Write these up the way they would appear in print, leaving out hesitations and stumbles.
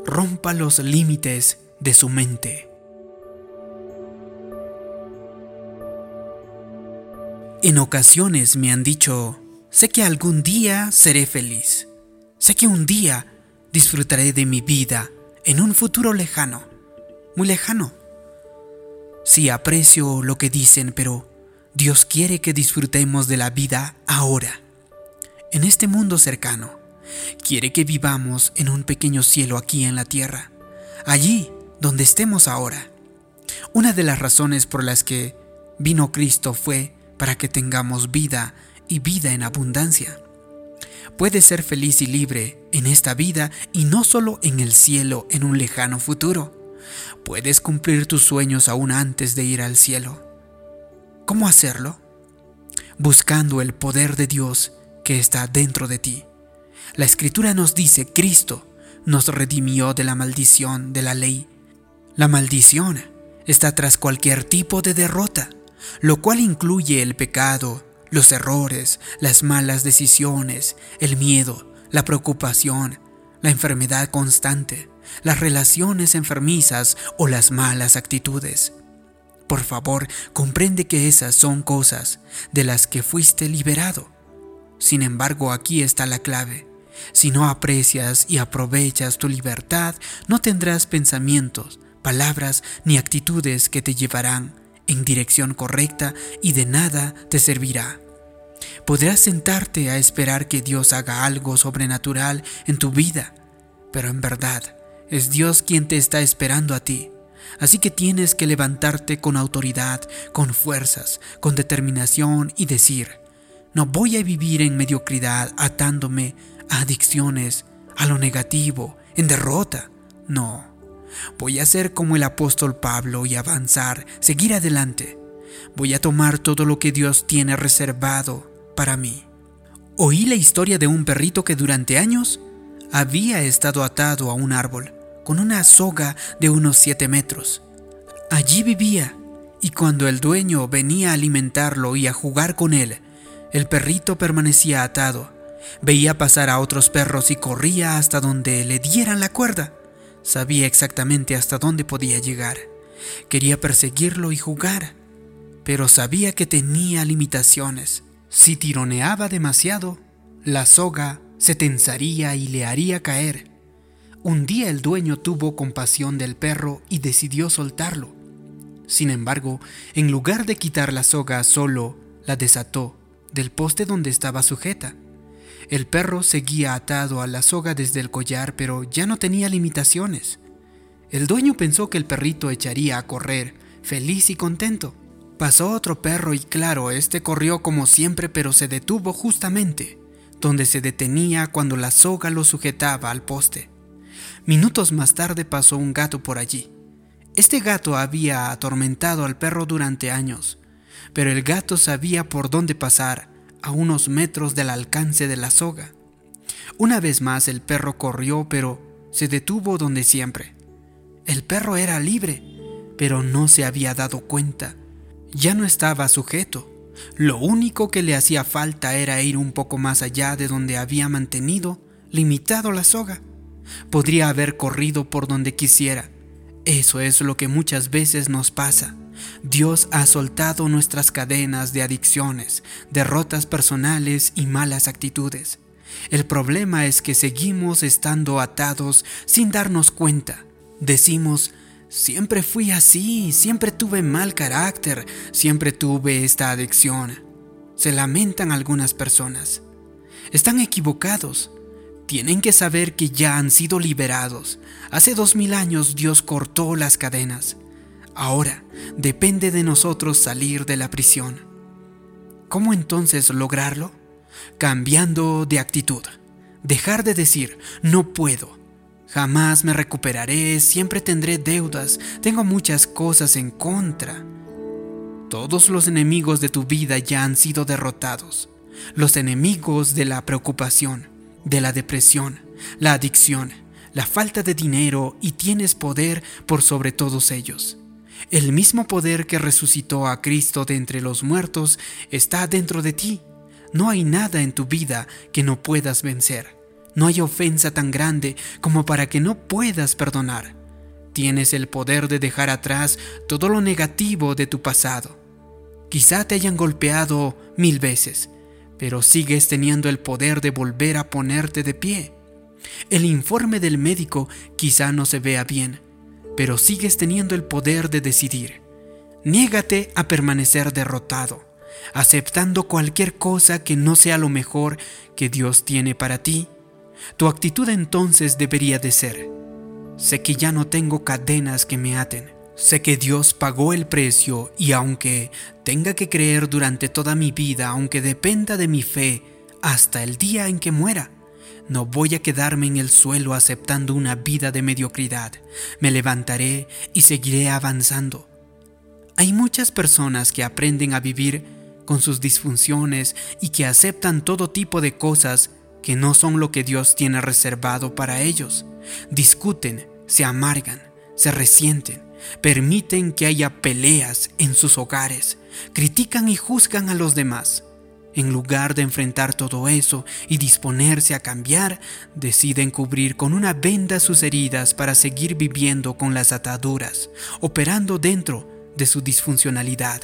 rompa los límites de su mente. En ocasiones me han dicho, sé que algún día seré feliz. Sé que un día disfrutaré de mi vida en un futuro lejano, muy lejano. Sí, aprecio lo que dicen, pero Dios quiere que disfrutemos de la vida ahora, en este mundo cercano. Quiere que vivamos en un pequeño cielo aquí en la tierra, allí donde estemos ahora. Una de las razones por las que vino Cristo fue para que tengamos vida y vida en abundancia. Puedes ser feliz y libre en esta vida y no solo en el cielo en un lejano futuro. Puedes cumplir tus sueños aún antes de ir al cielo. ¿Cómo hacerlo? Buscando el poder de Dios que está dentro de ti. La Escritura nos dice, Cristo nos redimió de la maldición de la ley. La maldición está tras cualquier tipo de derrota, lo cual incluye el pecado, los errores, las malas decisiones, el miedo, la preocupación, la enfermedad constante, las relaciones enfermizas o las malas actitudes. Por favor, comprende que esas son cosas de las que fuiste liberado. Sin embargo, aquí está la clave. Si no aprecias y aprovechas tu libertad, no tendrás pensamientos, palabras ni actitudes que te llevarán en dirección correcta y de nada te servirá. Podrás sentarte a esperar que Dios haga algo sobrenatural en tu vida, pero en verdad es Dios quien te está esperando a ti. Así que tienes que levantarte con autoridad, con fuerzas, con determinación y decir, no voy a vivir en mediocridad atándome a adicciones, a lo negativo, en derrota. No, voy a ser como el apóstol Pablo y avanzar, seguir adelante. Voy a tomar todo lo que Dios tiene reservado para mí. Oí la historia de un perrito que durante años había estado atado a un árbol con una soga de unos 7 metros. Allí vivía, y cuando el dueño venía a alimentarlo y a jugar con él, el perrito permanecía atado. Veía pasar a otros perros y corría hasta donde le dieran la cuerda. Sabía exactamente hasta dónde podía llegar. Quería perseguirlo y jugar, pero sabía que tenía limitaciones. Si tironeaba demasiado, la soga se tensaría y le haría caer. Un día el dueño tuvo compasión del perro y decidió soltarlo. Sin embargo, en lugar de quitar la soga, solo la desató del poste donde estaba sujeta. El perro seguía atado a la soga desde el collar, pero ya no tenía limitaciones. El dueño pensó que el perrito echaría a correr, feliz y contento. Pasó otro perro y claro, este corrió como siempre, pero se detuvo justamente donde se detenía cuando la soga lo sujetaba al poste. Minutos más tarde pasó un gato por allí. Este gato había atormentado al perro durante años, pero el gato sabía por dónde pasar, a unos metros del alcance de la soga. Una vez más el perro corrió, pero se detuvo donde siempre. El perro era libre, pero no se había dado cuenta. Ya no estaba sujeto. Lo único que le hacía falta era ir un poco más allá de donde había mantenido limitado la soga. Podría haber corrido por donde quisiera. Eso es lo que muchas veces nos pasa. Dios ha soltado nuestras cadenas de adicciones, derrotas personales y malas actitudes. El problema es que seguimos estando atados sin darnos cuenta. Decimos, siempre fui así, siempre tuve mal carácter, siempre tuve esta adicción. Se lamentan algunas personas. Están equivocados. Tienen que saber que ya han sido liberados. Hace 2000 años Dios cortó las cadenas. Ahora depende de nosotros salir de la prisión. ¿Cómo entonces lograrlo? Cambiando de actitud. Dejar de decir, no puedo, jamás me recuperaré, siempre tendré deudas, tengo muchas cosas en contra. Todos los enemigos de tu vida ya han sido derrotados. Los enemigos de la preocupación, de la depresión, la adicción, la falta de dinero, y tienes poder por sobre todos ellos. El mismo poder que resucitó a Cristo de entre los muertos está dentro de ti. No hay nada en tu vida que no puedas vencer. No hay ofensa tan grande como para que no puedas perdonar. Tienes el poder de dejar atrás todo lo negativo de tu pasado. Quizá te hayan golpeado 1000 veces, pero sigues teniendo el poder de volver a ponerte de pie. El informe del médico quizá no se vea bien, pero sigues teniendo el poder de decidir. Niégate a permanecer derrotado, aceptando cualquier cosa que no sea lo mejor que Dios tiene para ti. Tu actitud entonces debería de ser: sé que ya no tengo cadenas que me aten. Sé que Dios pagó el precio y aunque tenga que creer durante toda mi vida, aunque dependa de mi fe hasta el día en que muera, no voy a quedarme en el suelo aceptando una vida de mediocridad. Me levantaré y seguiré avanzando. Hay muchas personas que aprenden a vivir con sus disfunciones y que aceptan todo tipo de cosas que no son lo que Dios tiene reservado para ellos. Discuten, se amargan, se resienten, permiten que haya peleas en sus hogares, critican y juzgan a los demás. En lugar de enfrentar todo eso y disponerse a cambiar, deciden cubrir con una venda sus heridas para seguir viviendo con las ataduras, operando dentro de su disfuncionalidad.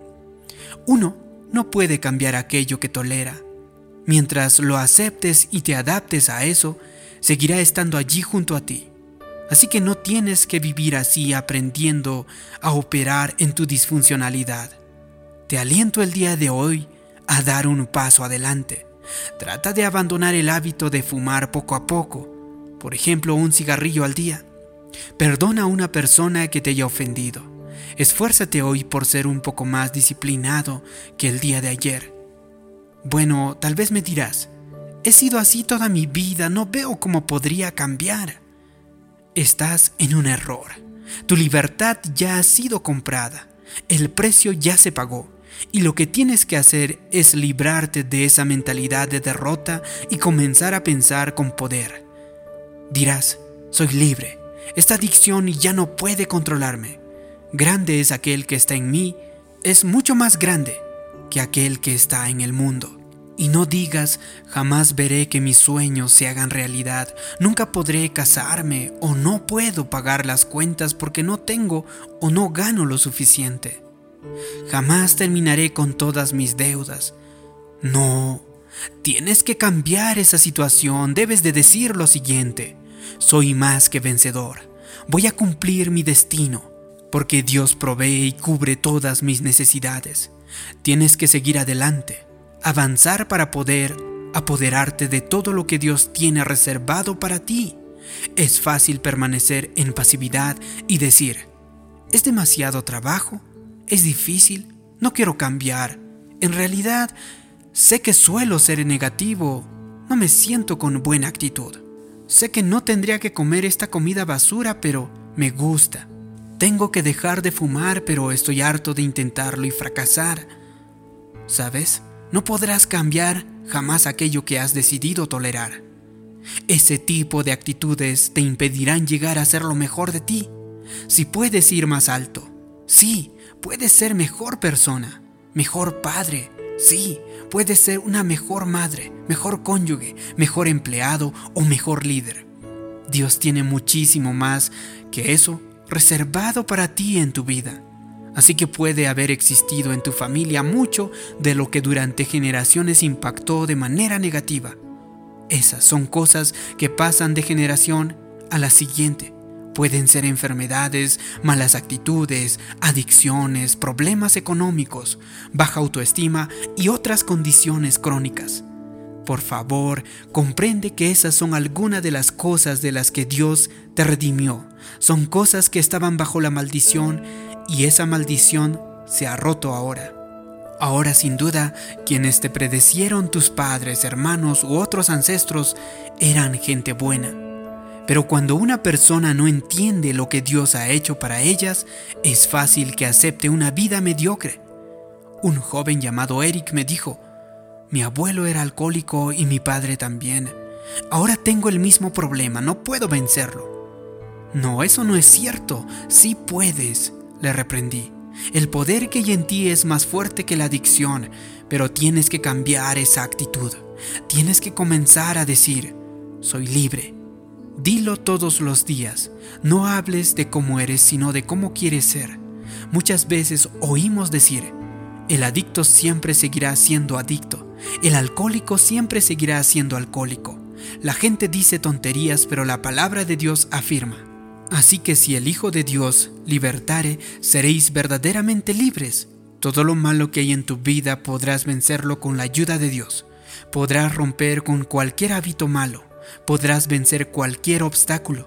Uno no puede cambiar aquello que tolera. Mientras lo aceptes y te adaptes a eso, seguirá estando allí junto a ti. Así que no tienes que vivir así aprendiendo a operar en tu disfuncionalidad. Te aliento el día de hoy a dar un paso adelante. Trata de abandonar el hábito de fumar poco a poco, por ejemplo, un cigarrillo al día. Perdona a una persona que te haya ofendido. Esfuérzate hoy por ser un poco más disciplinado que el día de ayer. Bueno, tal vez me dirás: he sido así toda mi vida, no veo cómo podría cambiar. Estás en un error. Tu libertad ya ha sido comprada. El precio ya se pagó. Y lo que tienes que hacer es librarte de esa mentalidad de derrota y comenzar a pensar con poder. Dirás: soy libre. Esta adicción ya no puede controlarme. Grande es aquel que está en mí, es mucho más grande que aquel que está en el mundo. Y no digas: jamás veré que mis sueños se hagan realidad, nunca podré casarme o no puedo pagar las cuentas porque no tengo o no gano lo suficiente. Jamás terminaré con todas mis deudas. No, tienes que cambiar esa situación. Debes de decir lo siguiente: soy más que vencedor. Voy a cumplir mi destino, porque Dios provee y cubre todas mis necesidades. Tienes que seguir adelante, avanzar para poder apoderarte de todo lo que Dios tiene reservado para ti. Es fácil permanecer en pasividad y decir: es demasiado trabajo, es difícil, no quiero cambiar. En realidad, sé que suelo ser negativo, no me siento con buena actitud. Sé que no tendría que comer esta comida basura, pero me gusta. Tengo que dejar de fumar, pero estoy harto de intentarlo y fracasar. ¿Sabes? No podrás cambiar jamás aquello que has decidido tolerar. Ese tipo de actitudes te impedirán llegar a ser lo mejor de ti. Si puedes ir más alto, sí, puedes ser mejor persona, mejor padre, sí, puedes ser una mejor madre, mejor cónyuge, mejor empleado o mejor líder. Dios tiene muchísimo más que eso reservado para ti en tu vida. Así que puede haber existido en tu familia mucho de lo que durante generaciones impactó de manera negativa. Esas son cosas que pasan de generación a la siguiente. Pueden ser enfermedades, malas actitudes, adicciones, problemas económicos, baja autoestima y otras condiciones crónicas. Por favor, comprende que esas son algunas de las cosas de las que Dios te redimió. Son cosas que estaban bajo la maldición y esa maldición se ha roto ahora. Ahora, sin duda, quienes te predecieron, tus padres, hermanos u otros ancestros, eran gente buena. Pero cuando una persona no entiende lo que Dios ha hecho para ellas, es fácil que acepte una vida mediocre. Un joven llamado Eric me dijo: mi abuelo era alcohólico y mi padre también. Ahora tengo el mismo problema, no puedo vencerlo. No, eso no es cierto. Sí puedes, le reprendí. El poder que hay en ti es más fuerte que la adicción, pero tienes que cambiar esa actitud. Tienes que comenzar a decir: soy libre. Dilo todos los días. No hables de cómo eres, sino de cómo quieres ser. Muchas veces oímos decir, el adicto siempre seguirá siendo adicto. El alcohólico siempre seguirá siendo alcohólico. La gente dice tonterías, pero la palabra de Dios afirma. Así que si el Hijo de Dios libertare, seréis verdaderamente libres. Todo lo malo que hay en tu vida podrás vencerlo con la ayuda de Dios. Podrás romper con cualquier hábito malo. Podrás vencer cualquier obstáculo.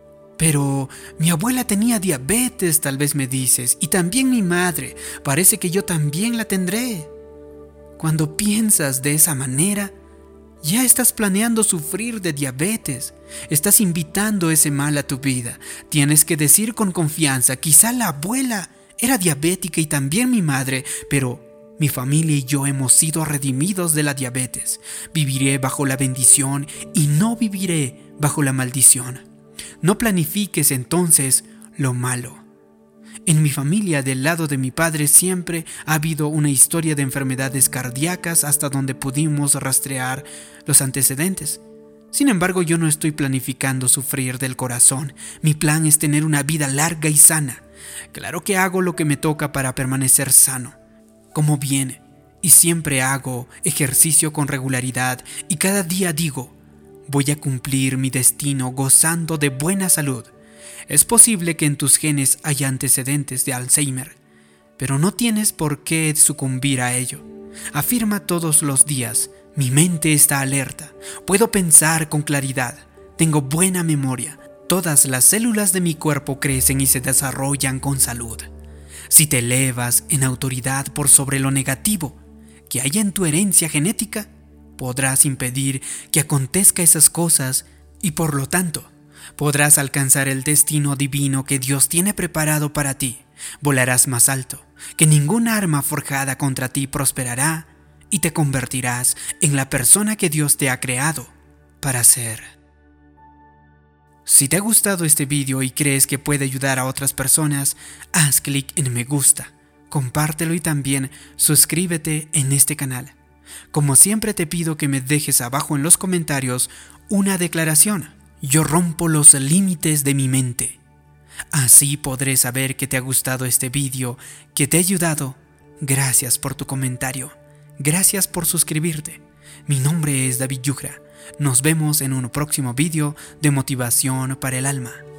Pero mi abuela tenía diabetes, tal vez me dices, y también mi madre. Parece que yo también la tendré. Cuando piensas de esa manera, ya estás planeando sufrir de diabetes. Estás invitando ese mal a tu vida. Tienes que decir con confianza, quizá la abuela era diabética y también mi madre, pero mi familia y yo hemos sido redimidos de la diabetes. Viviré bajo la bendición y no viviré bajo la maldición. No planifiques entonces lo malo. En mi familia, del lado de mi padre, siempre ha habido una historia de enfermedades cardíacas hasta donde pudimos rastrear los antecedentes. Sin embargo, yo no estoy planificando sufrir del corazón. Mi plan es tener una vida larga y sana. Claro que hago lo que me toca para permanecer sano. Como bien, y siempre hago ejercicio con regularidad y cada día digo, voy a cumplir mi destino gozando de buena salud. Es posible que en tus genes haya antecedentes de Alzheimer, pero no tienes por qué sucumbir a ello. Afirma todos los días, mi mente está alerta, puedo pensar con claridad, tengo buena memoria, todas las células de mi cuerpo crecen y se desarrollan con salud. Si te elevas en autoridad por sobre lo negativo que hay en tu herencia genética, podrás impedir que acontezcan esas cosas y por lo tanto, podrás alcanzar el destino divino que Dios tiene preparado para ti. Volarás más alto, que ninguna arma forjada contra ti prosperará y te convertirás en la persona que Dios te ha creado para ser. Si te ha gustado este video y crees que puede ayudar a otras personas, haz clic en me gusta, compártelo y también suscríbete en este canal. Como siempre te pido que me dejes abajo en los comentarios una declaración. Yo rompo los límites de mi mente. Así podré saber que te ha gustado este video, que te ha ayudado. Gracias por tu comentario. Gracias por suscribirte. Mi nombre es David Yujra. Nos vemos en un próximo video de motivación para el alma.